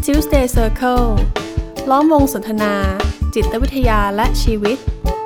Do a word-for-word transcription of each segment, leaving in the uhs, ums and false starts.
Tuesday Circle ล้อมวงสนทนาจิตวิทยาและชีวิต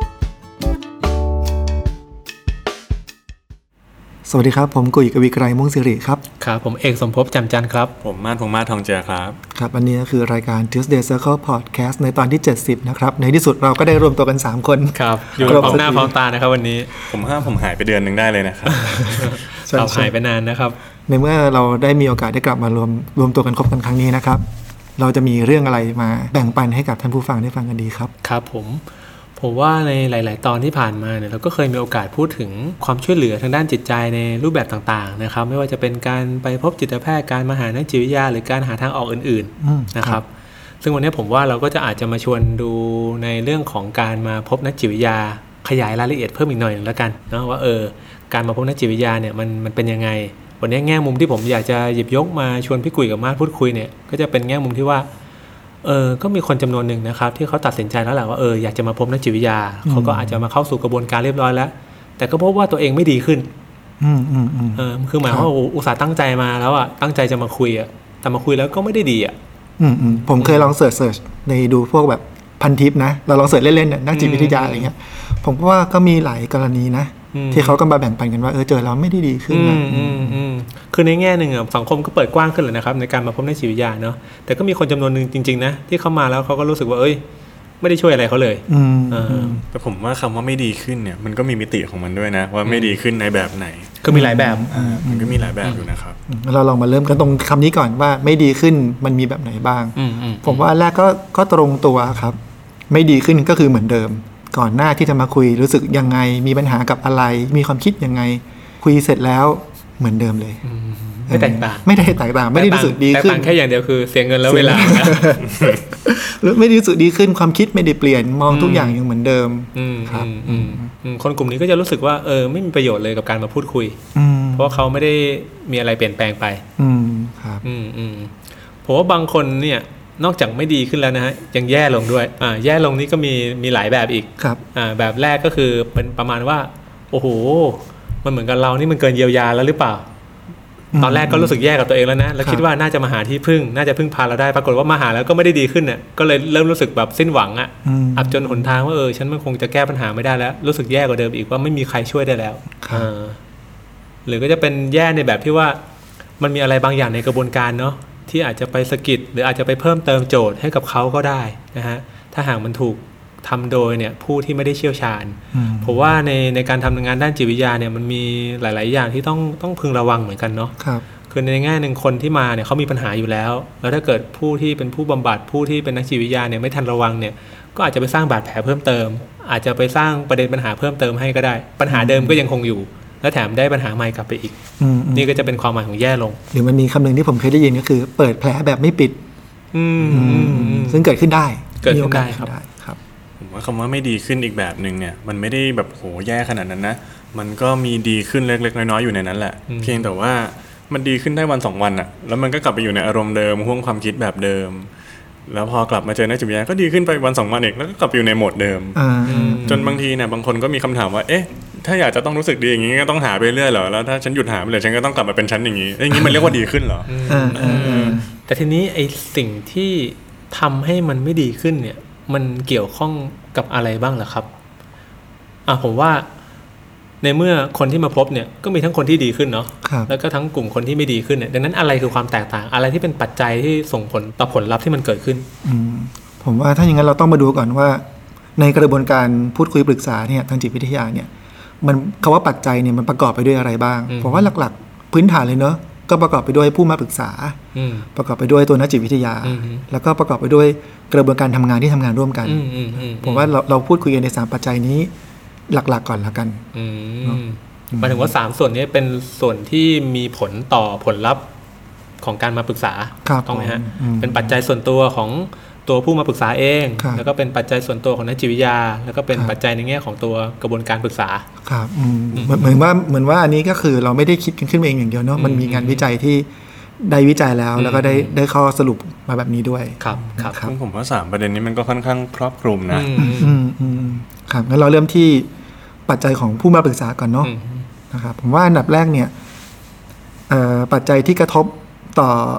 สวัสดีครับผมกุยกวีไกรม่วงสิริครับครับผมเอกสมภพจำจันทร์ครับผมมาดพงษ์มาศทองเจือครับครับอันนี้ก็คือรายการ Tuesday Circle Podcast ในตอนที่เจ็ดสิบนะครับในที่สุดเราก็ได้รวมตัวกันสามคนครับอยู่พร้อมหน้าพร้อมตานะครับวันนี้ผมว่าผมหายไปเดือนนึงได้เลยนะครับเราหายไปนานนะครับในเมื่อเราได้มีโอกาสได้กลับมารวมรวมตัวกันครบกันครั้งนี้นะครับเราจะมีเรื่องอะไรมาแบ่งปันให้กับท่านผู้ฟังได้ฟังกันดีครับครับผมผมว่าในหลายๆตอนที่ผ่านมาเนี่ยเราก็เคยมีโอกาสพูดถึงความช่วยเหลือทางด้านจิตใจในรูปแบบต่างๆนะครับไม่ว่าจะเป็นการไปพบจิตแพทย์การมาหานักจิตวิทยาหรือการหาทางออกอื่นๆนะครับซึ่งวันนี้ผมว่าเราก็จะอาจจะมาชวนดูในเรื่องของการมาพบนักจิตวิทยาขยายรายละเอียดเพิ่มอีกหน่อยนึงแล้วกันเนาะว่าเออการมาพบนักจิตวิทยาเนี่ยมันมันเป็นยังไงวันนี้แง่มุมที่ผมอยากจะหยิบยกมาชวนพี่กุยกับมาดพูดคุยเนี่ยก็จะเป็นแง่มุมที่ว่าเออก็มีคนจำนวนหนึ่งนะครับที่เขาตัดสินใจแล้วแหละว่าเอออยากจะมาพบนักจิตวิทยาเขาก็อาจจะมาเข้าสู่กระบวนการเรียบร้อยแล้วแต่ก็พบว่าตัวเองไม่ดีขึ้นอืมอืมอืมเออคือหมายว่าอุตส่าห์ตั้งใจมาแล้วอ่ะตั้งใจจะมาคุยอ่ะแต่มาคุยแล้วก็ไม่ได้ดีอ่ะอืมอืมผมเคยลองเสิร์ชเสิร์ชในดูพวกแบบพันทิปนะเราลองเสิร์ชเล่นๆเนี่ยนักจิตวิทยาอะไรเงี้ยผมว่าก็มีหลายกรณีนะที่เขาก็มาแบ่งปันกันว่าเออเจอเราไม่ได้ดีขึ้นนะคือในแง่หนึ่งอ่ะสังคมก็เปิดกว้างขึ้นเลยนะครับในการมาพบนักจิตวิทยาเนาะแต่ก็มีคนจำนวนหนึ่งจริงๆนะที่เขามาแล้วเขาก็รู้สึกว่าเอ้ยไม่ได้ช่วยอะไรเขาเลยแต่ผมว่าคำว่าไม่ดีขึ้นเนี่ยมันก็มีมิติของมันด้วยนะว่าไม่ดีขึ้นในแบบไหนก็มีหลายแบบมันก็มีหลายแบบอยู่นะครับเราลองมาเริ่มกันตรงคำนี้ก่อนว่าไม่ดีขึ้นมันมีแบบไหนบ้างผมว่าแรกก็ก็ตรงตัวครับไม่ดีขึ้นก็คือเหมือนเดิมก่อนหน้าที่จะมาคุยรู้สึกยังไงมีปัญหากับอะไรมีความคิดยังไงคุยเสร็จแล้วเหมือนเดิมเลยไม่แตกต่างไม่ได้แตกต่างไม่ได้รู้สึกดีขึ้นแค่อย่างเดียวคือเสียเงินแล้วเวลาไม่ได้รู้สึกดีขึ้นความคิดไม่ได้เปลี่ยนมองทุกอย่างยังเหมือนเดิมครับคนกลุ่มนี้ก็จะรู้สึกว่าเออไม่มีประโยชน์เลยกับการมาพูดคุยเพราะเขาไม่ได้มีอะไรเปลี่ยนแปลงไปครับผมว่าบางคนเนี่ยนอกจากไม่ดีขึ้นแล้วนะฮะยังแย่ลงด้วยอ่าแย่ลงนี่ก็มีมีหลายแบบอีกครับอ่าแบบแรกก็คือเป็นประมาณว่าโอ้โหมันเหมือนกับเรานี่มันเกินเยียวยาแล้วหรือเปล่าตอนแรกก็รู้สึกแย่กับตัวเองแล้วนะแล้วคิดว่าน่าจะมาหาที่พึ่งน่าจะพึ่งพาเราได้ปรากฏว่ามาหาแล้วก็ไม่ได้ดีขึ้นน่ะก็เลยเริ่มรู้สึกแบบสิ้นหวังอ่ะอับจนหนทางว่าเออฉันมันคงจะแก้ปัญหาไม่ได้แล้วรู้สึกแย่กว่าเดิมอีกว่าไม่มีใครช่วยได้แล้วอ่าหรือก็จะเป็นแย่ในแบบที่ว่ามันมีอะไรบางอย่างในกระบวนการเนาะที่อาจจะไปสะกิดหรืออาจจะไปเพิ่มเติมโจทย์ให้กับเขาก็ได้นะฮะถ้าหากมันถูกทำโดยเนี่ยผู้ที่ไม่ได้เชี่ยวชาญเพราะว่าในในการทำงานด้านจิตวิทยาเนี่ยมันมีหลายๆอย่างที่ต้องต้องพึงระวังเหมือนกันเนาะคือในแง่หนึ่งคนที่มาเนี่ยเขามีปัญหาอยู่แล้วแล้วถ้าเกิดผู้ที่เป็นผู้บำบัดผู้ที่เป็นนักจิตวิทยาเนี่ยไม่ทันระวังเนี่ยก็อาจจะไปสร้างบาดแผลเพิ่มเติมอาจจะไปสร้างประเด็นปัญหาเพิ่มเติมให้ก็ได้ปัญหาเดิมก็ยังคงอยู่แล้วแถมได้ปัญหาใหม่กลับไปอีกนี่ก็จะเป็นความหมายของแย่ลงหรือมันมีคำหนึ่งที่ผมเคยได้ยินก็คือเปิดแผลแบบไม่ปิดซึ่งเกิดขึ้นได้เกิดขึ้นได้ครับผมว่าคำว่าไม่ดีขึ้นอีกแบบนึงเนี่ยมันไม่ได้แบบโหแย่ขนาดนั้นนะมันก็มีดีขึ้นเล็กๆน้อยๆอยู่ในนั้นแหละเพียงแต่ว่ามันดีขึ้นได้วันสองวันอะแล้วมันก็กลับไปอยู่ในอารมณ์เดิมห่วงความคิดแบบเดิมแล้วพอกลับมาเจอนักจิตวิทยาก็ดีขึ้นไปวันสองวันอีกแล้วก็กลับอยู่ในโหมดเดิมจนบางทีเนี่ยบางคนก็มีคำถามว่าเอ๊ะถ้าอยากจะต้องรู้สึกดีอย่างนี้ก็ต้องหาไปเรื่อยเหรอแล้วถ้าฉันหยุดหาไปเลยฉันก็ต้องกลับมาเป็นฉันอย่างนี้อย่างนี้มันเรียกว่าดีขึ้นเหรอแต่ทีนี้ไอ้สิ่งที่ทำให้มันไม่ดีขึ้นเนี่ยมันเกี่ยวข้องกับอะไรบ้างล่ะครับอ่ะผมว่าในเมื่อคนที่มาพบเนี่ยก็มีทั้งคนที่ดีขึ้นเนาะแล้วก็ทั้งกลุ่มคนที่ไม่ดีขึ้นเนี่ยดังนั้นอะไรคือความแตกต่างอะไรที่เป็นปัจจัยที่ส่งผลต่อผลลัพธ์ที่มันเกิดขึ้นผมว่าถ้าอย่างนั้นเราต้องมาดูก่อนว่าในกระบวนการพูดคุยปรึกษาเนี่ยทางจิตวิทยาเนี่ยมันคำว่าปัจจัยเนี่ยมันประกอบไปด้วยอะไรบ้างผมว่าหลักๆพื้นฐานเลยเนาะก็ประกอบไปด้วยผู้มาปรึกษาประกอบไปด้วยตัวนักจิตวิทยาแล้วก็ประกอบไปด้วยกระบวนการทำงานที่ทำงานร่วมกันผมว่าเราเราพูดคุยกันในสามปัจจัยนี้หลักๆก่อนแล้วกันหมายถึงว่าสามส่วนนี้เป็นส่วนที่มีผลต่อผลลัพธ์ของการมาปรึกษาต้องไหมฮะเป็นปัจจัยส่วนตัวของตัวผู้มาปรึกษาเองแล้วก็เป็นปัจจัยส่วนตัวของนักจิตวิทยาแล้วก็เป็นปัจจัยในแง่ของตัวกระบวนการปรึกษาครับเหมือนว่าเหมือนว่าอันนี้ก็คือเราไม่ได้คิดกันขึ้นเองอย่างเดียวเนาะมันมีงานวิจัยที่ได้วิจัยแล้วแล้วก็ได้ได้ข้อสรุปมาแบบนี้ด้วยครับครับผมว่าสามประเด็นนี้มันก็ค่อนข้างครอบคลุมนะครับงั้นเราเริ่มที่ปัจจัยของผู้มาปรึกษาก่อนเนาะนะครับผมว่าอันดับแรกเนี่ยปัจจัยที่กระทบต่อ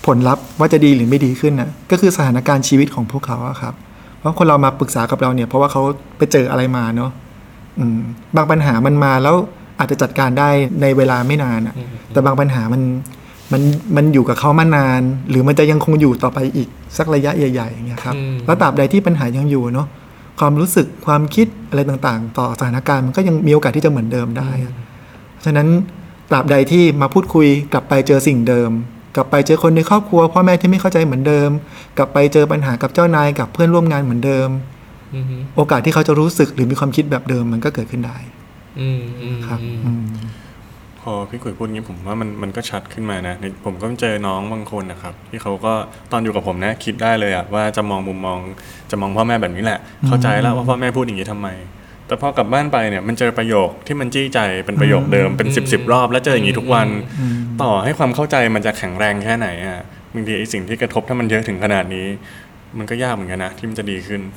ผลลัพธ์ว่าจะดีหรือไม่ดีขึ้นนะก็คือสถานการณ์ชีวิตของพวกเขาอะครับเพราะคนเรามาปรึกษากับเราเนี่ยเพราะว่าเขาไปเจออะไรมาเนาะบางปัญหามันมาแล้วอาจจะจัดการได้ในเวลาไม่นานอะแต่บางปัญหามันมันมันอยู่กับเขามานานหรือมันจะยังคงอยู่ต่อไปอีกสักระยะใหญ่ๆอย่างเงี้ยครับแล้วตราบใดที่ปัญหายังอยู่เนาะความรู้สึกความคิดอะไรต่างๆต่อสถานการณ์มันก็ยังมีโอกาสที่จะเหมือนเดิมได้ฉะนั้นตราบใดที่มาพูดคุยกลับไปเจอสิ่งเดิมกลับไปเจอคนในครอบครัวพ่อแม่ที่ไม่เข้าใจเหมือนเดิมกลับไปเจอปัญหากับเจ้านายกับเพื่อนร่วมงานเหมือนเดิมโอกาสที่เขาจะรู้สึกหรือมีความคิดแบบเดิมมันก็เกิดขึ้นได้ครับพอพี่กุยพูดงี้ผมว่ามันมันก็ชัดขึ้นมานะผมก็เจอน้องบางคนนะครับที่เขาก็ตอนอยู่กับผมนะคิดได้เลยอะว่าจะมองมุมมองจะมองพ่อแม่แบบนี้แหละเข้าใจแล้วว่าพ่อแม่พูดอย่างนี้ทำไมแต่พอกลับบ้านไปเนี่ยมันเจอประโยคที่มันจี้ใจเป็นประโยคเดิมเป็นสิบสิบรอบแล้วเจออย่างนี้ทุกวันต่อให้ความเข้าใจมันจะแข็งแรงแค่ไหนอะบางทีไอ้สิ่งที่กระทบถ้ามันเยอะถึงขนาดนี้มันก็ยากเหมือนกันนะที่มันจะดีขึ้น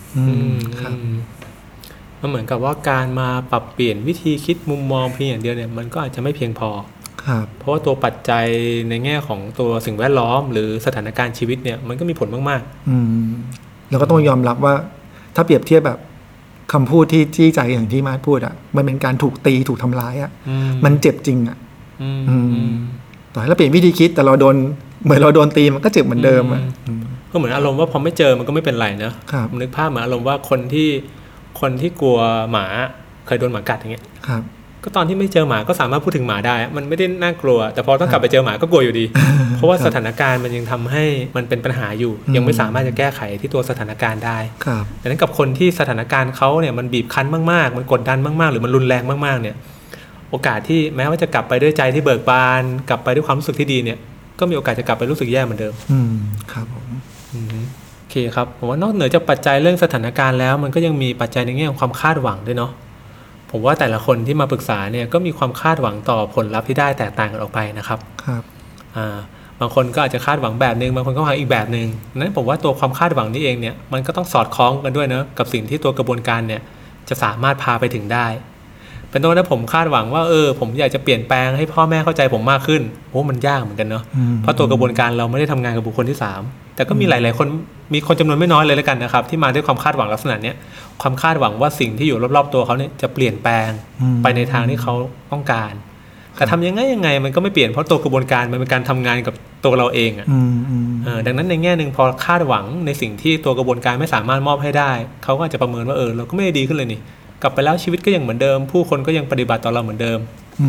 มันเหมือนกับว่าการมาปรับเปลี่ยนวิธีคิดมุมมองเพียงอย่างเดียวเนี่ยมันก็อาจจะไม่เพียงพอเพราะว่าตัวปัจจัยในแง่ของตัวสิ่งแวดล้อมหรือสถานการณ์ชีวิตเนี่ยมันก็มีผลมากๆอืมแล้วก็ต้องยอมรับว่าถ้าเปรียบเทียบแบบคำพูดที่จี้ใจอย่างที่มาพูดอ่ะมันเป็นการถูกตีถูกทำร้ายอ่ะมันเจ็บจริงอ่ะต่อให้เราเปลี่ยนวิธีคิดแต่เราโดนเหมือนเราโดนตีมันก็เจ็บเหมือนเดิมอ่ะก็เหมือนอารมณ์ว่าพอไม่เจอมันก็ไม่เป็นไรเนอะนึกภาพเหมือนอารมณ์ว่าคนที่คนที่กลัวหมาเคยโดนหมากัดอย่างเงี้ยก็ตอนที่ไม่เจอหมาก็สามารถพูดถึงหมาได้มันไม่ได้น่ากลัวแต่พอต้องกลับไปเจอหมาก็กลัวอยู่ดีเพราะว่าสถานการณ์มันยังทำให้มันเป็นปัญหาอยู่ยังไม่สามารถจะแก้ไขที่ตัวสถานการณ์ได้ดังนั้นกับคนที่สถานการณ์เขาเนี่ยมันบีบคั้นมากๆมันกดดันมากๆหรือมันรุนแรงมากๆเนี่ยโอกาสที่แม้ว่าจะกลับไปด้วยใจที่เบิกบานกลับไปด้วยความรู้สึกที่ดีเนี่ยก็มีโอกาสจะกลับไปรู้สึกแย่เหมือนเดิมอืมครับผมโอเคครับผมว่านอกเหนือจากปัจจัยเรื่องสถานการณ์แล้วมันก็ยังมีปัจจัยในแง่ของความคาดหวังด้วยเนาะผมว่าแต่ละคนที่มาปรึกษาเนี่ยก็มีความคาดหวังต่อผลลัพธ์ที่ได้แตกต่างกันออกไปนะครับครับอ่าบางคนก็อาจจะคาดหวังแบบนึงบางคนก็หวังอีกแบบนึงนั้นผมว่าตัวความคาดหวังนี้เองเนี่ยมันก็ต้องสอดคล้องกันด้วยเนาะกับสิ่งที่ตัวกระบวนการเนี่ยจะสามารถพาไปถึงได้เป็นต้นว่าผมคาดหวังว่าเออผมอยากจะเปลี่ยนแปลงให้พ่อแม่เข้าใจผมมากขึ้นโอ้มันยากเหมือนกันเนาะเพราะตัวกระบวนการเราไม่ได้ทำงานกับบุคคลที่สามแต่ก็มีหลายๆคนมีคนจำนวนไม่น้อยเลยแล้วกันนะครับที่มาด้วยความคาดหวังลักษณะนี้ความคาดหวังว่าสิ่งที่อยู่รอบๆตัวเขาเนี่ยจะเปลี่ยนแปลงไปในทางที่เขาต้องการแต่ทำยังไงยังไงมันก็ไม่เปลี่ยนเพราะตัวกระบวนการมันเป็นการทำงานกับตัวเราเองอ่ะดังนั้นในแง่นึงพอคาดหวังในสิ่งที่ตัวกระบวนการไม่สามารถมอบให้ได้เขาก็อาจจะประเมินว่าเออเราก็ไม่ได้ดีขึ้นเลยนี่กลับไปแล้วชีวิตก็ยังเหมือนเดิมผู้คนก็ยังปฏิบัติต่อเราเหมือนเดิม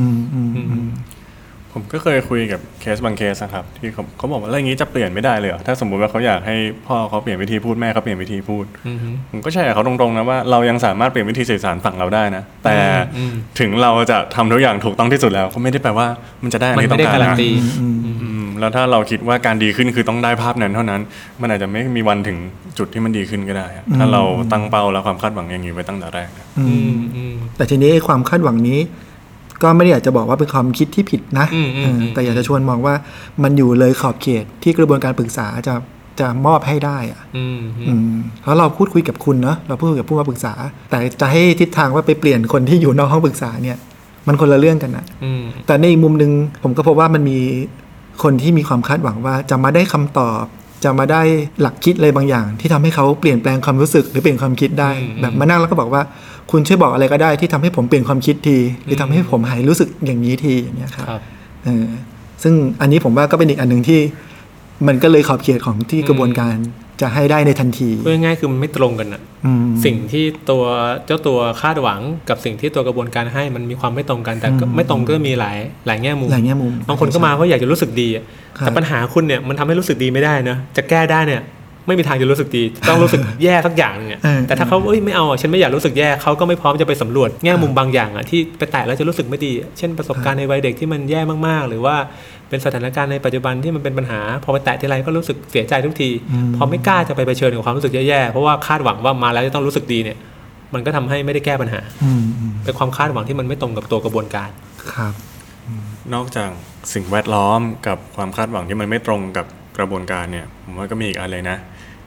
ผมก็เคยคุยกับเคสบางเคสนะครับที่เขาเขาบอกว่าอะไรอย่างนี้จะเปลี่ยนไม่ได้เลยเหรอถ้าสมมุติว่าเขาอยากให้พ่อเขาเปลี่ยนวิธีพูดแม่เขาเปลี่ยนวิธีพูดผมก็ใช่เขาตรงๆนะว่าเรายังสามารถเปลี่ยนวิธีสื่อสารฝั่งเราได้นะแต่ถึงเราจะทำทุกอย่างถูกต้องที่สุดแล้วก็ไม่ได้แปลว่ามันจะได้อะไรต้องการนะแล้วถ้าเราคิดว่าการดีขึ้นคือต้องได้ภาพนั้นเท่านั้นมันอาจจะไม่มีวันถึงจุดที่มันดีขึ้นก็ได้ถ้าเราตั้งเป้าแล้วความคาดหวังอย่างนี้ไว้ตั้งแต่แรกแต่ทีนี้ความคาดหวังนี้ก็ไม่ได้อยากจะบอกว่าเป็นความคิดที่ผิดนะแต่อยากจะชวนมองว่ามันอยู่เลยขอบเขตที่กระบวนการปรึกษาจะจะมอบให้ได้อะเพราะเราพูดคุยกับคุณเนาะเราพูดคุยกับผู้มาปรึกษาแต่จะให้ทิศทางว่าไปเปลี่ยนคนที่อยู่นอกห้องปรึกษาเนี่ยมันคนละเรื่องกันนะแต่ในอีกมุมนึงผมก็พบว่ามันมีคนที่มีความคาดหวังว่าจะมาได้คำตอบจะมาได้หลักคิดอะไรบางอย่างที่ทำให้เขาเปลี่ยนแปลงความรู้สึกหรือเปลี่ยนความคิดได้แบบมานั่งแล้วก็บอกว่าคุณช่วยบอกอะไรก็ได้ที่ทำให้ผมเปลี่ยนความคิดทีหรือทำให้ผมหายรู้สึกอย่างนี้ทีอย่างเงี้ยครับเออซึ่งอันนี้ผมว่าก็เป็นอีกอันนึงที่มันก็เลยขอบเขตของที่กระบวนการจะให้ได้ในทันทีพูดง่ายๆคือมันไม่ตรงกันอ่ะสิ่งที่ตัวเจ้าตัวคาดหวังกับสิ่งที่ตัวกระบวนการให้มันมีความไม่ตรงกันแต่ไม่ตรงก็มีหลายหลายแง่มุมหลายแง่มุมบางคนก็มาเพราะอยากจะรู้สึกดีแต่ปัญหาคุณเนี่ยมันทำให้รู้สึกดีไม่ได้นะจะแก้ได้เนี่ยไม่มีทางจะรู้สึกดีต้องรู้สึกแย่สักอย่างนึงอ่ะแต่ถ้าเขาเอ้ยไม่เอาฉันไม่อยากรู้สึกแย่เขาก็ไม่พร้อมจะไปสำรวจแง่มุมบางอย่างอ่ะที่ไปแตะแล้วจะรู้สึกไม่ดีเช่นประสบการณ์ในวัยเด็กที่มันแย่มากๆหรือว่าเป็นสถานการณ์ในปัจจุบันที่มันเป็นปัญหาพอไปแตะทีไรก็รู้สึกเสียใจทุกทีพอไม่กล้าจะไปเผชิญกับความรู้สึกแย่ๆเพราะว่าคาดหวังว่ามาแล้วจะต้องรู้สึกดีเนี่ยมันก็ทำให้ไม่ได้แก้ปัญหาเป็นความคาดหวังที่มันไม่ตรงกับตัวกระบวนการครับนอกจากสิ่งแวดล้อมกับความคาดหวังที่มันไม่ตรงกับกระบวนการเนี่ยผมว่าก็มีอีกอันเลยนะ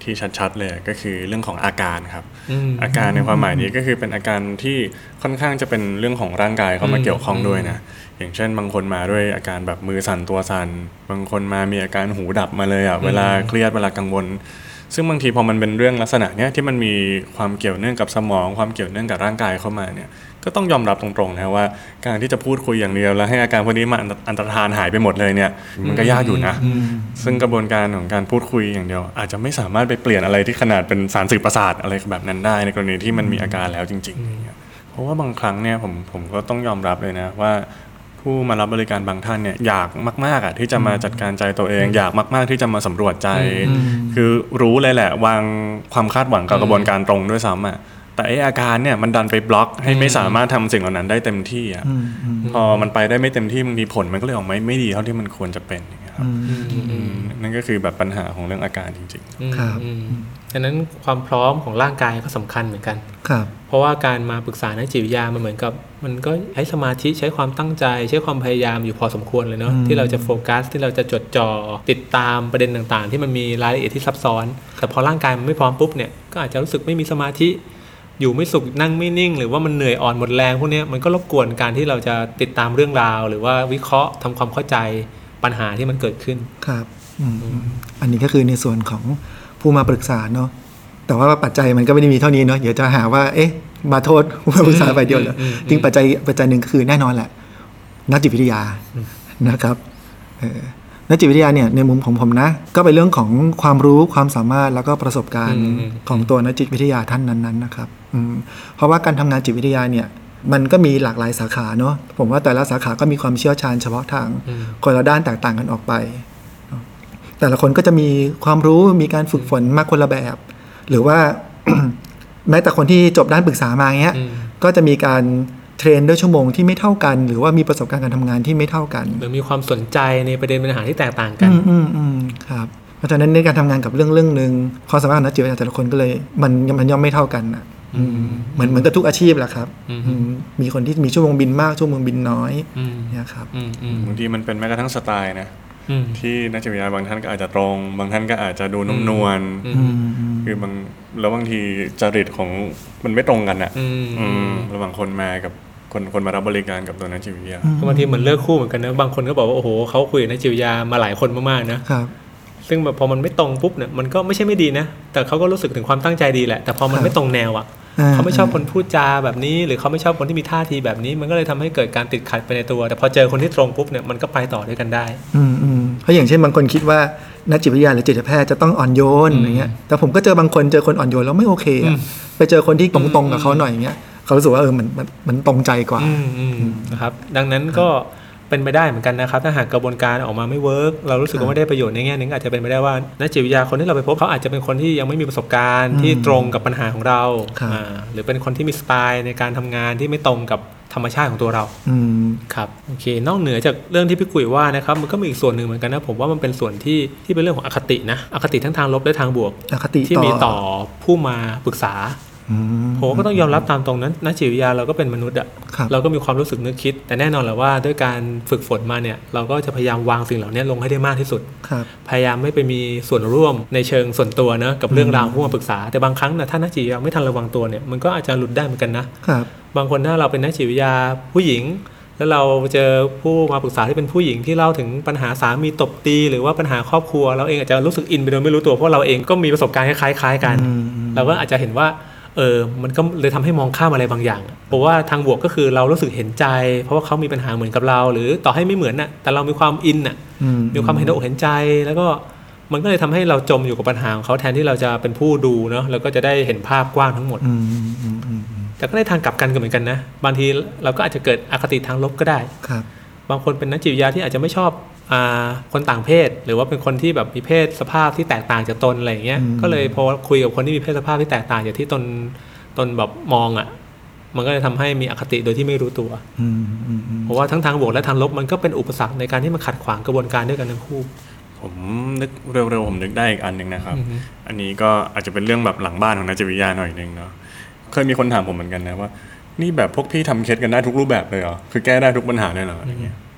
ที่ชัดๆเลยก็คือเรื่องของอาการครับอาการในความหมายนี้ก็คือเป็นอาการที่ค่อนข้างจะเป็นเรื่องของร่างกายเข้ามาเกี่ยวข้องด้วยนะอย่างเช่นบางคนมาด้วยอาการแบบมือสั่นตัวสั่นบางคนมามีอาการหูดับมาเลยอ่ะเวลาเครียดเวลากังวลซึ่งบางทีพอมันเป็นเรื่องลักษณะเนี้ยที่มันมีความเกี่ยวเนื่องกับสมองความเกี่ยวเนื่องกับร่างกายเข้ามาเนี่ยก็ต้องยอมรับตรงๆนะว่าการที่จะพูดคุยอย่างเดียวแล้วให้อาการพวกนี้มาอันตรธานหายไปหมดเลยเนี่ยมันก็ยากอยู่นะซึ่งกระบวนการของการพูดคุยอย่างเดียวอาจจะไม่สามารถไปเปลี่ยนอะไรที่ขนาดเป็นสารสื่อประสาทอะไรแบบนั้นได้ในกรณีที่มันมีอาการแล้วจริงๆเพราะว่าบางครั้งเนี่ยผมผมก็ต้องยอมรับเลยนะว่าผู้มารับบริการบางท่านเนี่ยอยากมากๆอ่ะที่จะมาจัดการใจตัวเองอยากมากๆที่จะมาสำรวจใจคือรู้เลยแหละวางความคาดหวังกับกระบวนการตรงด้วยซ้ำอ่ะแต่ไอ้อาการเนี่ยมันดันไปบล็อกให้ไม่สามารถทำสิ่งเหล่านั้นได้เต็มที่อ่ะพอมันไปได้ไม่เต็มที่บางทีผลมันก็เลยออกมาไม่ดีเท่าที่มันควรจะเป็นอย่างเงี้ยครับนั่นก็คือแบบปัญหาของเรื่องอาการจริงๆครับฉะนั้นความพร้อมของร่างกายก็สำคัญเหมือนกันครับเพราะว่าการมาปรึกษานักจิตวิทยามันเหมือนกับมันก็ใช้สมาธิใช้ความตั้งใจใช้ความพยายามอยู่พอสมควรเลยเนาะที่เราจะโฟกัสที่เราจะจดจ่อติดตามประเด็นต่างๆที่มันมีรายละเอียดที่ซับซ้อนแต่พอร่างกายมันไม่พร้อมปุ๊บเนี่ยก็อาจจะรู้สึกไม่มีสมาธิอยู่ไม่สุขนั่งไม่นิ่งหรือว่ามันเหนื่อยอ่อนหมดแรงพวกนี้มันก็รบกวนการที่เราจะติดตามเรื่องราวหรือว่าวิเคราะห์ทำความเข้าใจปัญหาที่มันเกิดขึ้นครับอันนี้ก็คือในส่วนของผู้มาปรึกษาเนาะแต่ว่าปัจจัยมันก็ไม่ได้มีเท่านี้เนาะเดี๋ยวจะหาว่าเอ๊ะมาโทษผู้มาปรึกษาไปเดียวเหรอจริงปัจจัยปัจจัยหนึ่งก็คือแน่นอนแหละนักจิตวิทยานะครับนักจิตวิทยาเนี่ยในมุมของผมนะก็เป็นเรื่องของความรู้ความสามารถแล้วก็ประสบการณ์ของตัวนักจิตวิทยาท่านนั้นๆนะครับเพราะว่าการทำงานจิตวิทยาเนี่ยมันก็มีหลากหลายสาขาเนาะผมว่าแต่ละสาขาก็มีความเชี่ยวชาญเฉพาะทางคนละด้านแตกต่างกันออกไปแต่ละคนก็จะมีความรู้มีการฝึกฝนมากคนละแบบหรือว่า แม้แต่คนที่จบด้านปรึกษามาเงี้ยก็จะมีการเทรนด้วยชั่วโมงที่ไม่เท่ากันหรือว่ามีประสบการณ์การทำงานที่ไม่เท่ากันหรือมีความสนใจในประเด็นปัญหาที่แตกต่างกันอืมอืมครับเพราะฉะนั้นในการทำงานกับเรื่องเรื่องนึงความสามารถของนักจิตวิทยาแต่ละคนก็เลยมันมันย่อมไม่เท่ากันอ่ะเหมือนเหมือนกับทุกอาชีพแหละครับมีคนที่มีชั่วโมงบินมากชั่วโมงบินน้อยเนี่ยครับบางทีมันเป็นแม้กระทั่งสไตล์นะที่นักจิตวิทยาบางท่านก็อาจจะตรงบางท่านก็อาจจะดูนุ่มนวลคือบางแล้วบางทีจริตของมันไม่ตรงกันอ่ะระหว่างคนมากับคนคนมารับบริการกับตัวนักจิตวิทยาบางทีเหมือนเลือกคู่เหมือนกันนะบางคนก็บอกว่าโอ้โหเขาคุยกับนักจิตวิทยามาหลายคนมากๆนะครับซึ่งแบบพอมันไม่ตรงปุ๊บเนี่ยมันก็ไม่ใช่ไม่ดีนะแต่เขาก็รู้สึกถึงความตั้งใจดีแหละแต่พอมันไม่ตรงแนวอ่ะเขาไม่ชอบคนพูดจาแบบนี้หรือเขาไม่ชอบคนที่มีท่าทีแบบนี้มันก็เลยทำให้เกิดการติดขัดไปในตัวแต่พอเจอคนที่ตรงปุ๊บเนี่ยมันก็ไปต่อด้วยกันได้อืมอืมเพราะอย่างเช่นบางคนคิดว่านักจิตวิทยาหรือจิตแพทย์จะต้องอ่อนโยนอย่างเงี้ยแต่ผมก็เจอบางคนเจอคนอ่อนโยนแล้วไม่โอเคอ่ะไปเจอคนที่ตรงๆกับเขาหน่อยอย่างเงี้ยเขารู้สึกว่าเออมันมันมันตรงใจกว่านะครับดังนั้นก็เป็นไปได้เหมือนกันนะครับถ้าหากกระบวนการออกมาไม่เวิร์กเรารู้สึกว่าไม่ได้ประโยชน์ในแง่นึงอาจจะเป็นไปได้ว่านักจิตวิทยาคนที่เราไปพบเขาอาจจะเป็นคนที่ยังไม่มีประสบการณ์ที่ตรงกับปัญหาของเราหรือเป็นคนที่มีสไตล์ในการทำงานที่ไม่ตรงกับธรรมชาติของตัวเราครับโอเคนอกเหนือจากเรื่องที่พี่กุยว่านะครับมันก็มีอีกส่วนหนึ่งเหมือนกันนะผมว่ามันเป็นส่วนที่ที่เป็นเรื่องของอคตินะอคติทั้งทางลบและทางบวกที่มีต่อผู้มาปรึกษาผมก็ต้องยอมรับตามตรงนั้นนักจิตวิทยาเราก็เป็นมนุษย์อ่ะเราก็มีความรู้สึกนึกคิดแต่แน่นอนแหละว่าด้วยการฝึกฝนมาเนี่ยเราก็จะพยายามวางสิ่งเหล่านี้ลงให้ได้มากที่สุดพยายามไม่ไปมีส่วนร่วมในเชิงส่วนตัวนะกับเรื่องราวผู้มาปรึกษาแต่บางครั้งนะถ้านักจิตวิทยาไม่ทันระวังตัวเนี่ยมันก็อาจจะหลุดได้เหมือนกันนะบางคนถ้าเราเป็นนักจิตวิทยาผู้หญิงแล้วเราเจอผู้มาปรึกษาที่เป็นผู้หญิงที่เล่าถึงปัญหาสามีตบตีหรือว่าปัญหาครอบครัวเราเองอาจจะรู้สึกอินไปโดยไม่รู้ตัวเพราะเราเองก็มีประสบการณ์คล้ายๆกันเราก็อาจจะเห็นว่าเออมันก็เลยทำให้มองข้ามอะไรบางอย่างเพราะว่าทางบวกก็คือเรารู้สึกเห็นใจเพราะว่าเขามีปัญหาเหมือนกับเราหรือต่อให้ไม่เหมือนน่ะแต่เรามีความอินน่ะมีความเห็นอกเห็นใจแล้วก็มันก็เลยทำให้เราจมอยู่กับปัญหาของเขาแทนที่เราจะเป็นผู้ดูเนาะแล้วก็จะได้เห็นภาพกว้างทั้งหมดแต่ก็ได้ทางกลับกันก็เหมือนกันนะบางทีเราก็อาจจะเกิดอคติทางลบก็ได้บางคนเป็นนักจิตวิทยาที่อาจจะไม่ชอบคนต่างเพศหรือว่าเป็นคนที่แบบมีเพศสภาพที่แตกต่างจากตนอะไรอย่างเงี้ยก็เลยพอคุยกับคนที่มีเพศสภาพที่แตกต่างจากที่ตนตนแบบมองอ่ะมันก็เลยทำให้มีอคติโดยที่ไม่รู้ตัวเพราะว่าทั้งทางบวกและทางลบมันก็เป็นอุปสรรคในการที่มันขัดขวางกระบวนการด้วยกันทั้งคู่ผมนึกเร็วๆผมนึกได้อีกอันนึงนะครับอันนี้ก็อาจจะเป็นเรื่องแบบหลังบ้านของนักจิตวิทยาหน่อยนึงเนาะเคยมีคนถามผมเหมือนกันนะว่านี่แบบพวกพี่ทำเคสกันได้ทุกรูปแบบเลยเหรอคือแก้ได้ทุกปัญหาเลยเหรออะไรเงี้ยผ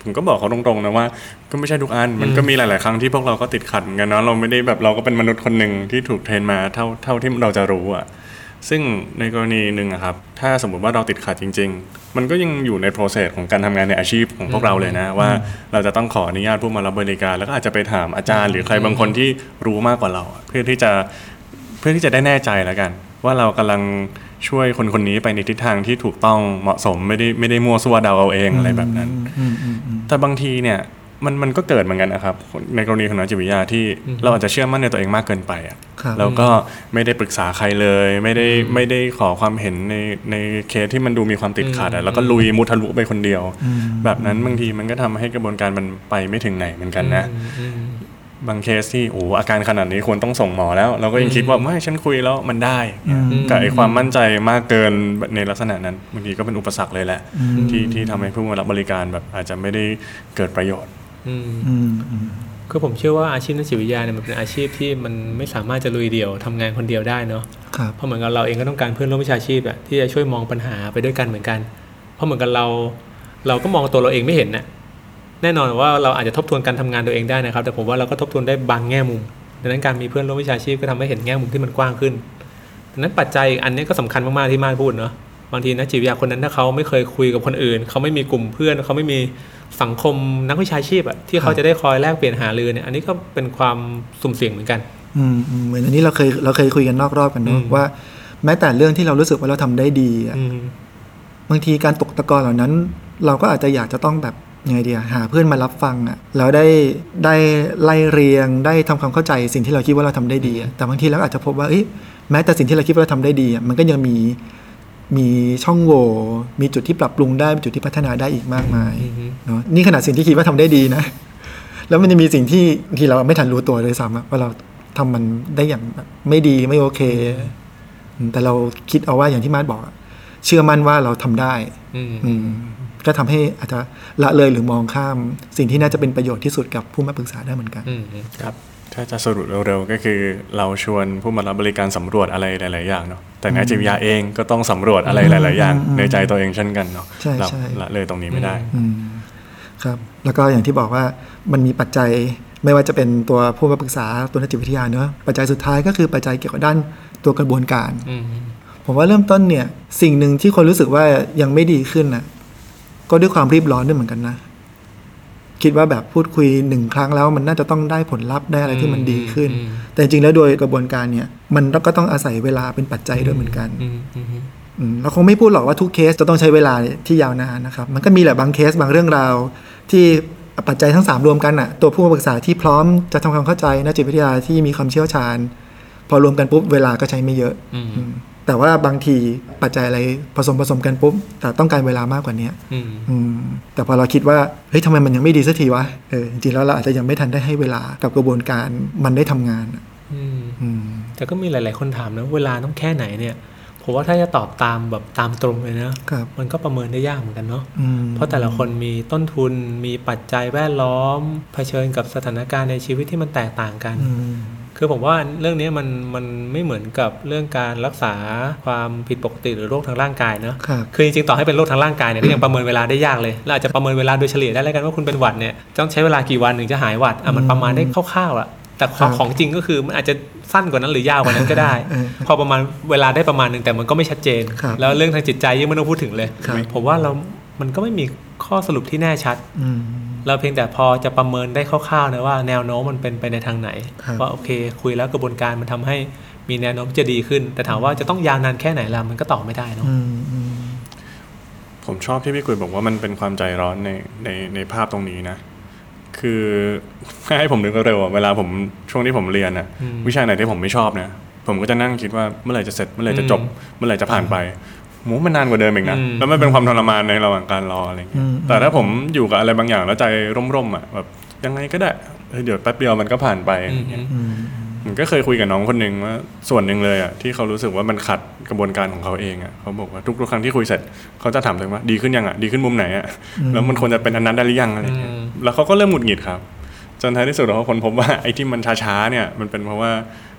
ผมก็บอกเขาตรงๆนะว่าก็ไม่ใช่ทุกอันมันก็มีหลายๆครั้งที่พวกเราก็ติดขัดเหมือนกันเนาะเราไม่ได้แบบเราก็เป็นมนุษย์คนหนึ่งที่ถูกเทรนมาเท่าเท่าที่เราจะรู้อะซึ่งในกรณีหนึ่งอะครับถ้าสมมติว่าเราติดขัดจริงๆมันก็ยังอยู่ใน process ของการทำงานในอาชีพของพวกเราเลยนะว่าเราจะต้องขออนุญาตผู้มารับบริการแล้วก็อาจจะไปถามอาจารย์หรือใครบางคนที่รู้มากกว่าเราเพื่อที่จะเพื่อที่จะได้แน่ใจแล้วกันว่าเรากำลังช่วยคนคนนี้ไปในทิศทางที่ถูกต้องเหมาะสมไม่ได้ไม่ได้มั่วซั่วเดาเอาเองอะไรแบบนั้นแต่บางทีเนี่ยมันมันก็เกิดเหมือนกันนะครับในกรณีของนักจิตวิทยาที่เราอาจจะเชื่อมั่นในตัวเองมากเกินไปอ่ะแล้วก็ไม่ได้ปรึกษาใครเลยไม่ได้ไม่ได้ขอความเห็นในในเคสที่มันดูมีความติดขัดอ่ะแล้วก็ลุยมุทะลุไปคนเดียวแบบนั้นบางทีมันก็ทำให้กระบวนการมันไปไม่ถึงไหนเหมือนกันนะบางเคสที่โอ้อาการขนาดนี้ควรต้องส่งหมอแล้วเราก็ยังคิดว่าไม่ฉันคุยแล้วมันได้กับไอ้ความมั่นใจมากเกินในลักษณะนั้นบางทีก็เป็นอุปสรรคเลยแหละที่ที่ทำให้ผู้มารับบริการแบบอาจจะไม่ได้เกิดประโยชน์คือผมเชื่อว่าอาชีพนักจิตวิทยาเนี่ยมันเป็นอาชีพที่มันไม่สามารถจะลุยเดี่ยวทำงานคนเดียวได้เนาะเพราะเหมือนกับเราเองก็ต้องการเพื่อนร่วมวิชาชีพอะที่จะช่วยมองปัญหาไปด้วยกันเหมือนกันเพราะเหมือนกับเราเราก็มองตัวเราเองไม่เห็นน่ะแน่นอนว่าเราอาจจะทบทวนการทำงานตัวเองได้นะครับแต่ผมว่าเราก็ทบทวนได้บางแง่มุมดังนั้นการมีเพื่อนร่วมวิชาชีพก็ทำให้เห็นแง่มุมที่มันกว้างขึ้นดังนั้นปัจจัยอันนี้ก็สำคัญมากๆที่มาพูดเนาะบางทีนักจิตวิทยาคนนั้นถ้าเขาไม่เคยคุยกับคนอื่นเขาไม่มีกลุ่มเพื่อนเขาไม่มีสังคมนักวิชาชีพอะที่เขาจะได้คอยแลกเปลี่ยนหารือเนี่ยอันนี้ก็เป็นความสุ่มเสี่ยงเหมือนกันอืมเหมือนอันนี้เราเคยเราเคยคุยกันนอกรอบกันเนาะว่าแม้แต่เรื่องที่เรารู้สึกว่าเราทำได้ดีอะบางทีการตกตะกอนเหล่านั้นเราก็อาจจะอยากจะต้องแบบยังไงดีหาเพื่อนมารับฟังอ่ะแล้วได้ได้ไล่เรียงได้ทำความเข้าใจสิ่งที่เราคิดว่าเราทำได้ดีแต่บางทีเราอาจจะพบว่าแม้แต่สิ่งที่เราคิดว่าเราทำได้ดีมันก็ยังมีมีช่องโหว่มีจุดที่ปรับปรุงได้จุดที่พัฒนาได้อีกมากมายเนาะนี่ขนาดสิ่งที่คิดว่าทำได้ดีนะแล้วมันจะมีสิ่งที่บางทีเราไม่ทันรู้ตัวเลยซ้ำว่าเราทำมันได้อย่างไม่ดีไม่โอเคแต่เราคิดเอาว่าอย่างที่มาร์ทบอกเชื่อมั่นว่าเราทำได้ก็ทำให้อาจจะละเลยหรือมองข้ามสิ่งที่น่าจะเป็นประโยชน์ที่สุดกับผู้มาปรึกษาได้เหมือนกันครับถ้าจะสรุปเร็วๆก็คือเราชวนผู้มารับบริการสำรวจอะไรหลายๆอย่างเนาะแต่นักจิตวิทยาเองก็ต้องสำรวจอะไรหลายๆอย่างในใจตัวเองเช่นกันเนาะเราละเลยตรงนี้ไม่ได้ครับแล้วก็อย่างที่บอกว่ามันมีปัจจัยไม่ว่าจะเป็นตัวผู้มาปรึกษาตัวนักจิตวิทยาเนาะปัจจัยสุดท้ายก็คือปัจจัยเกี่ยวกับด้านตัวกระบวนการผมว่าเริ่มต้นเนี่ยสิ่งหนึ่งที่คนรู้สึกว่ายังไม่ดีขึ้นน่ะก็ด้วยความรีบร้อนด้วยเหมือนกันนะคิดว่าแบบพูดคุยหนึ่งครั้งแล้วมันน่าจะต้องได้ผลลัพธ์ได้อะไรที่มันดีขึ้นแต่จริงๆแล้วโดยกระบวนการเนี่ยมันก็ต้องอาศัยเวลาเป็นปัจจัยด้วยเหมือนกันเราคงไม่พูดหรอกว่าทุกเคสจะต้องใช้เวลาที่ยาวนานนะครับมันก็มีแหละบางเคสบางเรื่องราวที่ปัจจัยทั้งสามรวมกันน่ะตัวผู้มาปรึกษาที่พร้อมจะทำความเข้าใจนักจิตวิทยาที่มีความเชี่ยวชาญพอรวมกันปุ๊บเวลาก็ใช้ไม่เยอะแต่ว่าบางทีปัจจัยอะไรผสมผสมกันปุ๊บแต่ต้องการเวลามากกว่านี้แต่พอเราคิดว่าเฮ้ยทำไมมันยังไม่ดีสักทีวะเออจริงๆแล้วเราอาจจะยังไม่ทันได้ให้เวลากับกระบวนการมันได้ทำงานแต่ก็มีหลายๆคนถามนะเวลาต้องแค่ไหนเนี่ยผมว่าถ้าจะตอบตามแบบตามตรงเลยนะมันก็ประเมินได้ยากเหมือนกันเนาะเพราะแต่ละคนมีต้นทุนมีปัจจัยแวดล้อมเผชิญกับสถานการณ์ในชีวิตที่มันแตกต่างกันคือผมว่าเรื่องนี้มันมันไม่เหมือนกับเรื่องการรักษาความผิดปกติหรือโรคทางร่างกายเนอะคือจริงๆต่อให้เป็นโรคทางร่างกายเนี่ยก็ยังประเมินเวลาได้ยากเลยเราอาจจะประเมินเวลาโดยเฉลี่ยได้แล้วกันว่าคุณเป็นหวัดเนี่ยต้องใช้เวลากี่วันถึงจะหายหวัดอ่ะมันประมาณได้คร่าวๆอ่ะแต่ความของจริงก็คือมันอาจจะสั้นกว่านั้นหรือยาวกว่านั้นก็ได้พอประมาณเวลาได้ประมาณนึงแต่มันก็ไม่ชัดเจนแล้วเรื่องทางจิตใจยังไม่ต้องพูดถึงเลยผมว่าเรามันก็ไม่มีข้อสรุปที่แน่ชัดเราเพียงแต่พอจะประเมินได้คร่าวๆนะว่าแนวโน้มมันเป็นไปในทางไหนว่าโอเคคุยแล้วกระบวนการมันทำให้มีแนวโน้มจะดีขึ้นแต่ถามว่าจะต้องยาวนานแค่ไหนล่ะมันก็ตอบไม่ได้เนาะผมชอบที่พี่กุยบอกว่ามันเป็นความใจร้อนในในในภาพตรงนี้นะคือให้ผมนึกเร็วๆเวลาผมช่วงที่ผมเรียนอะวิชาไหนที่ผมไม่ชอบนะผมก็จะนั่งคิดว่าเมื่อไหร่จะเสร็จเมื่อไหร่จะจบเมื่อไหร่จะผ่านไปหมูมันนานกว่าเดิมอีกนะแล้วมันเป็นความทรมานในระหว่างการรออะไรอย่างเงี้ยแต่ถ้าผมอยู่กับอะไรบางอย่างแล้วใจร่มๆอ่ะแบบยังไงก็ได้เดี๋ยวแป๊บเดียวมันก็ผ่านไปอย่างเงี้ยผมก็เคยคุยกับน้องคนนึงว่าส่วนหนึ่งเลยอ่ะที่เขารู้สึกว่ามันขัดกระบวนการของเขาเองอ่ะเขาบอกว่าทุกๆครั้งที่คุยเสร็จเขาจะถามตัวเองว่าดีขึ้นยังอ่ะดีขึ้นมุมไหนอ่ะแล้วมันควรจะเป็นอันนั้นได้หรือยังอะไรอย่างเงี้ยแล้วเขาก็เริ่มหงุดหงิดครับจนท้ายที่สุดเราค้นพบว่าไอ้ที่มันช้าๆเนี่ยมันเป็นเพราะว่า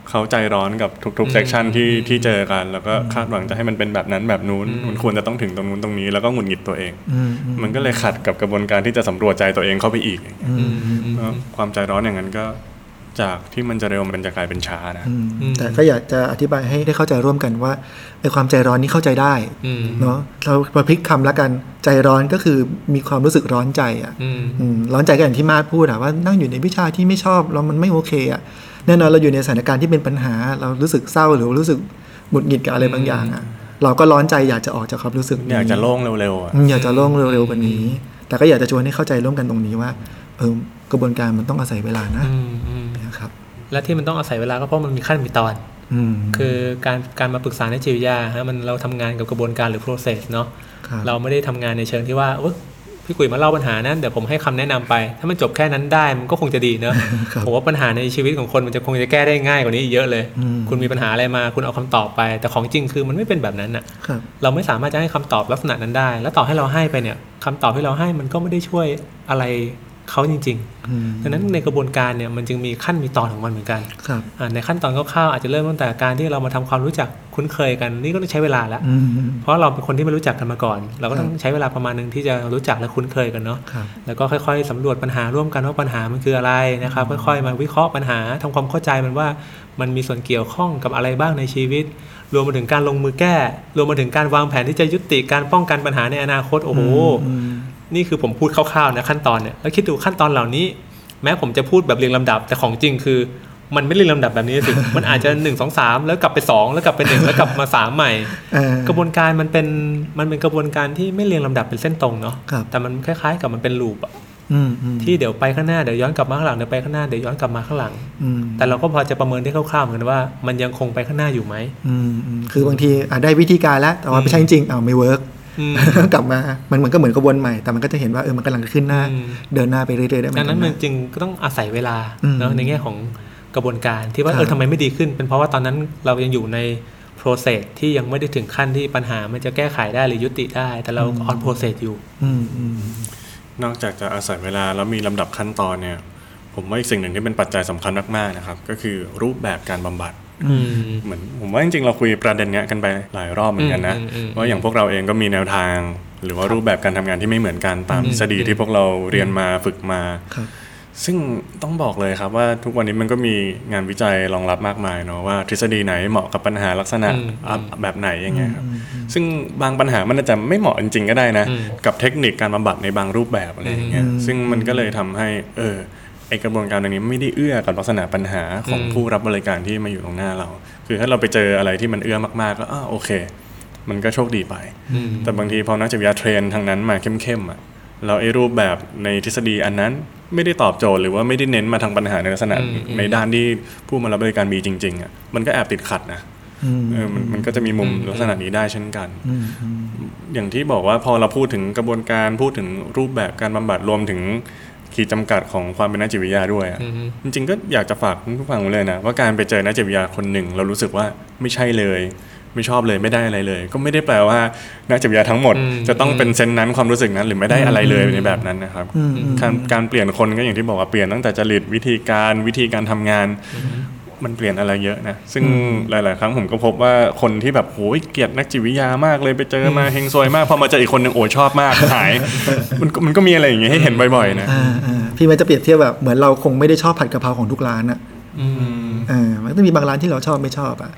เขาใจร้อนกับทุกๆเซกชันที่ที่เจอกันแล้วก็คาดหวังจะให้มันเป็นแบบนั้นแบบนู้นมันควรจะต้องถึงตรงนู้นตรงนี้แล้วก็หงุดหงิดตัวเองมันก็เลยขัดกับกระบวนการที่จะสำรวจใจตัวเองเข้าไปอีกความใจร้อนอย่างนั้นก็จากที่มันจะเร็วมันจะกลายเป็นช้านะแต่ก็อยากจะอธิบายให้ได้เข้าใจร่วมกันว่าไอ้ความใจร้อนนี้เข้าใจได้เนาะเราพลิกคำแล้วกันใจร้อนก็คือมีความรู้สึกร้อนใจอ่ะร้อนใจก็อย่างที่มาดพูดอ่ะว่านั่งอยู่ในวิชาที่ไม่ชอบแล้วมันไม่โอเคอ่ะแน่นอนเราอยู่ในสถานการณ์ที่เป็นปัญหาเรารู้สึกเศร้าหรือรู้สึกหงุดหงิดกับอะไรบางอย่างอ่ะเราก็ร้อนใจอยากจะออกจากความรู้สึกอยากจะโล่งเร็วๆอ่ะอยากจะโล่งเร็วๆกว่านี้แต่ก็อยากจะชวนให้เข้าใจร่วมกันตรงนี้ว่าเออกระบวนการมันต้องอาศัยเวลานะนะครับและที่มันต้องอาศัยเวลาก็เพราะมันมีขั้นมีตอนคือการการมาปรึกษาในจิตวิทยาฮะมันเราทำงานกับกระบวนการหรือ process เนาะเราไม่ได้ทำงานในเชิงที่ว่าพี่กุยมาเล่าปัญหานั้นเดี๋ยวผมให้คำแนะนำไปถ้ามันจบแค่นั้นได้มันก็คงจะดีเนอะผมว่าปัญหาในชีวิตของคนมันจะคงจะแก้ได้ง่ายกว่านี้เยอะเลยคุณมีปัญหาอะไรมาคุณเอาคำตอบไปแต่ของจริงคือมันไม่เป็นแบบนั้นอ่ะเราไม่สามารถจะให้คำตอบลักษณะนั้นได้แล้วต่อให้เราให้ไปเนี่ยคำตอบที่เราให้มันก็ไม่ได้ช่วยอะไรเขาจริงๆดังนั้นในกระบวนการเนี่ยมันจึงมีขั้นมีตอนของมันเหมือนกันในขั้นตอนคร่าวๆอาจจะเริ่มตั้งแต่การที่เรามาทำความรู้จักคุ้นเคยกันนี่ก็ต้องใช้เวลาแล้วเพราะเราเป็นคนที่ไม่รู้จักกันมาก่อนเราก็ต้องใช้เวลาประมาณนึงที่จะรู้จักและคุ้นเคยกันเนาะแล้วก็ค่อยๆสำรวจปัญหาร่วมกันว่าปัญหามันคืออะไรนะครับค่อยๆมาวิเคราะห์ปัญหาทำความเข้าใจมันว่ามันมีส่วนเกี่ยวข้องกับอะไรบ้างในชีวิตรวมมาถึงการลงมือแก้รวมมาถึงการวางแผนที่จะยุติการป้องกันปัญหาในอนาคตโอ้โหนี่คือผมพูดคร่าวๆนะขั้นตอนเนี่ยแล้วคิดดูขั้นตอนเหล่านี้แม้ผมจะพูดแบบเรียงลำดับแต่ของจริงคือมันไม่เรียงลำดับแบบนี้สิ มันอาจจะหนึ่ง สอง สามแล้วกลับไปสองแล้วกลับไปหนึ่งแล้วกลับมาสามใหม่กระบวนการมันเป็นมันเป็นกระบวนการที่ไม่เรียงลำดับเป็นเส้นตรงเนาะแต่มันคล้ายๆกับมันเป็นลูปอ่ะที่เดี๋ยวไปข้างหน้าเดี๋ยวย้อนกลับมาข้างหลังเดี๋ยวไปข้างหน้าเดี๋ยวย้อนกลับมาข้างหลังแต่เราก็พอจะประเมินได้คร่าวๆเหมือนกันว่ามันยังคงไปข้างหน้าอยู่ไหมคือบางทีอาจได้วิธีการแล้วแต่ว่าไม่ใช่จริงๆอ้าวไม่เวิร์กกลับมามันเหมือนก็เหมือนกระบวนใหม่แต่มันก็จะเห็นว่าเออมันกำลังขึ้นหน้าเดินหน้าไปเรื่อยๆได้ไหมดังนั้นมันจึงก็ต้องอาศัยเวลาเนาะในแง่ของกระบวนการที่ว่าเออทำไมไม่ดีขึ้นเป็นเพราะว่าตอนนั้นเรายังอยู่ใน process ที่ยังไม่ได้ถึงขั้นที่ปัญหามันจะแก้ไขได้หรือยุติได้แต่เรา on process อยู่นอกจากจะอาศัยเวลาแล้วมีลำดับขั้นตอนเนี่ยผมว่าอีกสิ่งหนึ่งที่เป็นปัจจัยสำคัญมากๆนะครับก็คือรูปแบบการบำบัดเหมือนผมว่าจริงๆเราคุยประเด็นเนี้ยกันไปหลายรอบเหมือนกันนะว่าอย่างพวกเราเองก็มีแนวทางหรือว่ารูปแบบการทำงานที่ไม่เหมือนกันตามทฤษฎีที่พวกเราเรียนมาฝึกมาซึ่งต้องบอกเลยครับว่าทุกวันนี้มันก็มีงานวิจัยรองรับมากมายเนาะว่าทฤษฎีไหนเหมาะกับปัญหาลักษณะแบบไหนอย่างเงี้ยครับซึ่งบางปัญหามันอาจจะไม่เหมาะจริงๆก็ได้นะกับเทคนิคการบำบัดในบางรูปแบบอะไรอย่างเงี้ยซึ่งมันก็เลยทำให้เออไอกระบวนการตรงนี้ไม่ได้เอื้อกับลักษณะปัญหาของผู้รับบริการที่มาอยู่ตรงหน้าเราคือถ้าเราไปเจออะไรที่มันเอื้อมากๆก็อ่าโอเคมันก็โชคดีไปแต่บางทีพอนักจิตวิทยาเทรนทางนั้นมาเข้มๆอ่ะแล้วไอ้รูปแบบในทฤษฎีอันนั้นไม่ได้ตอบโจทย์หรือว่าไม่ได้เน้นมาทางปัญหาในลักษณะในด้านที่ผู้มารับบริการมีจริงๆอ่ะมันก็แอบติดขัดนะเออมันมันก็จะมีมุมลักษณะนี้ได้เช่นกันอย่างที่บอกว่าพอเราพูดถึงกระบวนการพูดถึงรูปแบบการบำบัดรวมถึงขีดจำกัดของความเป็นนักจิตวิทยาด้วยอ่ะจริงๆก็อยากจะฝากผู้ฟังเลยนะว่าการไปเจอนักจิตวิทยาคนหนึ่งเรารู้สึกว่าไม่ใช่เลยไม่ชอบเลยไม่ได้อะไรเลยก็ไม่ได้แปลว่านักจิตวิทยาทั้งหมดจะต้องเป็นเซนนั้นความรู้สึกนั้นหรือไม่ได้อะไรเลยในแบบนั้นนะครับการการเปลี่ยนคนก็อย่างที่บอกว่าเปลี่ยนตั้งแต่จริตวิธีการวิธีการทำงานมันเปลี่ยนอะไรเยอะนะซึ่งหลายๆครั้งผมก็พบว่าคนที่แบบโหยเกลียดนักจิตวิทยามากเลยไปเจอมาเฮงซวยมากพอมาเจออีกคนนึงโอ้ชอบมากหายมันมันก็มีอะไรอย่างเงี้ยให้เห็นบ่อยๆนะพี่มันจะเปรียบเทียบแบบเหมือนเราคงไม่ได้ชอบผัดกะเพราของทุกร้านอ่ะอ่ามันต้องมีบางร้านที่เราชอบไม่ชอบอ่ะ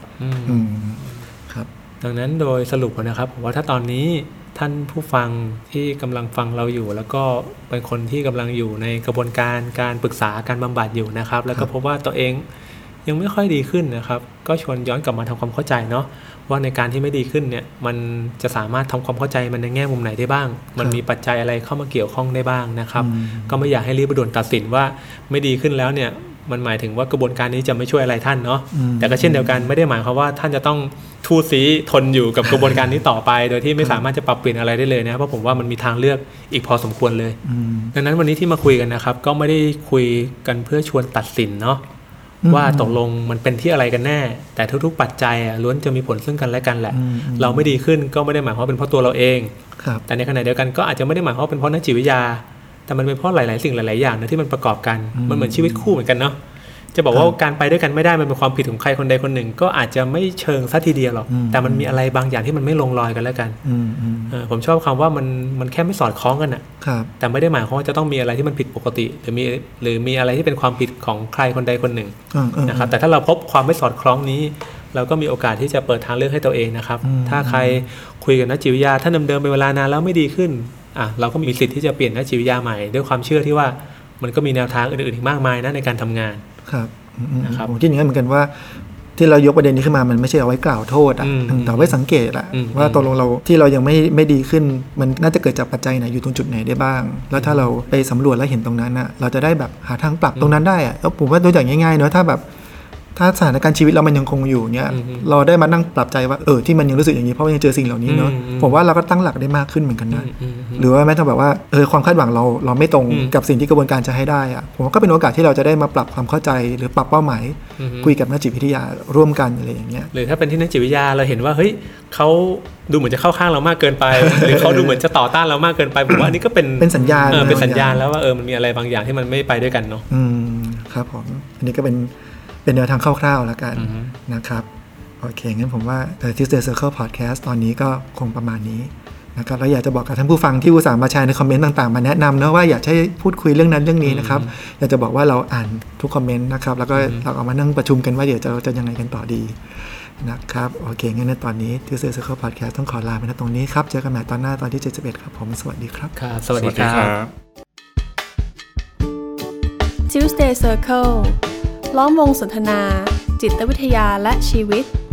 ดังนั้นโดยสรุปนะครับว่าถ้าตอนนี้ท่านผู้ฟังที่กำลังฟังเราอยู่แล้วก็เป็นคนที่กำลังอยู่ในกระบวนการการปรึกษาการบำบัดอยู่นะครับแล้วก็พบว่าตัวเองยังไม่ค่อยดีขึ้นนะครับก็ชวนย้อนกลับมาทำความเข้าใจเนาะว่าในการที่ไม่ดีขึ้นเนี่ยมันจะสามารถทำความเข้าใจมันในแง่มุมไหนได้บ้างมันมีปัจจัยอะไรเข้ามาเกี่ยวข้องได้บ้างนะครับก็ไม่อยากให้รีบด่วนตัดสินว่าไม่ดีขึ้นแล้วเนี่ยมันหมายถึงว่ากระบวนการนี้จะไม่ช่วยอะไรท่านเนาะแต่ก็เช่นเดียวกันไม่ได้หมายความว่าท่านจะต้องทู่ซีทนอยู่กับกระบวนการนี้ต่อไปโดยที่ไม่สามารถจะปรับเปลี่ยนอะไรได้เลยนะเพราะผมว่ามันมีทางเลือกอีกพอสมควรเลยดังนั้นวันนี้ที่มาคุยกันนะครับก็ไม่ได้คุยกันเพื่อชวนตัดสินเนาะว่าตกลงมันเป็นที่อะไรกันแน่แต่ทุกๆปัจจัยล้วนจะมีผลซึ่งกันและกันแหละเราไม่ดีขึ้นก็ไม่ได้หมายความว่าเป็นเพราะตัวเราเองแต่ในขณะเดียวกันก็อาจจะไม่ได้หมายความว่าเป็นเพราะนักจิตวิทยาแต่มันเป็นเพราะหลายๆสิ่งหลายๆอย่างนะที่มันประกอบกันมันเหมือนชีวิตคู่เหมือนกันเนาะจะบอกว่าการไปด้วยกันไม่ได้มันเป็นความผิดของใครคนใดคนหนึ่งก็อาจจะไม่เชิงซะทีเดียวหรอกแต่มันมีอะไรบางอย่างที่มันไม่ลงรอยกันแล้วกันผมชอบคำว่ามันมันแค่ไม่สอดคล้องกันอ่ะแต่ไม่ได้หมายความว่าจะต้องมีอะไรที่มันผิดปกติหรือมีหรือมีอะไรที่เป็นความผิดของใครคนใดคนหนึ่งนะครับแต่ถ้าเราพบความไม่สอดคล้องนี้เราก็มีโอกาสที่จะเปิดทางเลือกให้ตัวเองนะครับถ้าใครคุยกับนักจิตวิทยาถ้าเดิมๆเป็นเวลานานแล้วไม่ดีขึ้นอ่ะเราก็มีสิทธิ์ที่จะเปลี่ยนนักจิตวิทยาใหม่ด้วยความเชื่อที่ว่ามันก็มีแนวทางอื่นๆอีกมากมายนะในการทำงานครับผมคิดอย่างนั้นเหมือนกันว่าที่เรายกประเด็นนี้ขึ้นมามันไม่ใช่เอาไว้กล่าวโทษอ่ะแต่ไว้สังเกตแหละว่าตกลงเราที่เรายังไม่ไม่ดีขึ้นมันน่าจะเกิดจากปัจจัยไหนอยู่ตรงจุดไหนได้บ้างแล้วถ้าเราไปสำรวจแล้วเห็นตรงนั้นอ่ะเราจะได้แบบหาทางปรับตรงนั้นได้อ่ะแล้วผมว่าตัวอย่างง่ายๆเนอะถ้าแบบถ้าสถานการณ์ชีวิตเรามันยังคงอยู่เนี่ยเราได้มานั่งปรับใจว่าเออที่มันยังรู้สึกอย่างนี้เพราะว่ายังเจอสิ่งเหล่านี้เนาะผมว่าเราก็ตั้งหลักได้มากขึ้นเหมือนกันนะหรือว่าแม้แต่แบบว่าเออความคาดหวังเราเราไม่ตรงกับสิ่งที่กระบวนการจะให้ได้อะผมว่าก็เป็นโอกาสที่เราจะได้มาปรับความเข้าใจหรือปรับเป้าหมายคุยกับนักจิตวิทยาร่วมกันอะไรอย่างเงี้ยหรือถ้าเป็นที่นักจิตวิทยาเราเห็นว่าเฮ้ยเขาดูเหมือนจะเข้าข้างเรามากเกินไปหรือเขาดูเหมือนจะต่อต้านเรามากเกินไปผมว่าอันนี้ก็เป็นเป็นสัญญาณเออเป็นสัญญาณแล้วว่าเออมันมีอะไรบางอย่างที่มันไม่ไปด้วยกันเนาะอืมครับผมอันนี้ก็เป็นเป็นแนวทางคร่าวๆแล้วกัน uh-huh. นะครับโอเคงั้นผมว่า Tuesday Circle Podcast ตอนนี้ก็คงประมาณนี้นะครับแล้วอยากจะบอกกับท่านผู้ฟังที่อุตส่าห์มาแชร์ในคอมเมนต์ต่างๆมาแนะนำนะว่าอยากให้พูดคุยเรื่องนั้นเรื่องนี้นะครับ uh-huh. อยากจะบอกว่าเราอ่านทุกคอมเมนต์นะครับแล้วก็ uh-huh. เราเอามานั่งประชุมกันว่าเดี๋ยวจะจะยังไงกันต่อดีนะครับโอเคงั้นในตอนนี้ Tuesday Circle Podcast ต้องขอลาไปณตรงนี้ครับเจอกันใหม่ตอนหน้าตอนที่เจ็ดสิบเอ็ดครับผมสวัสดีครับครับสวัสดีครับ Tuesday Circleล้อมวงสนทนาจิตวิทยาและชีวิต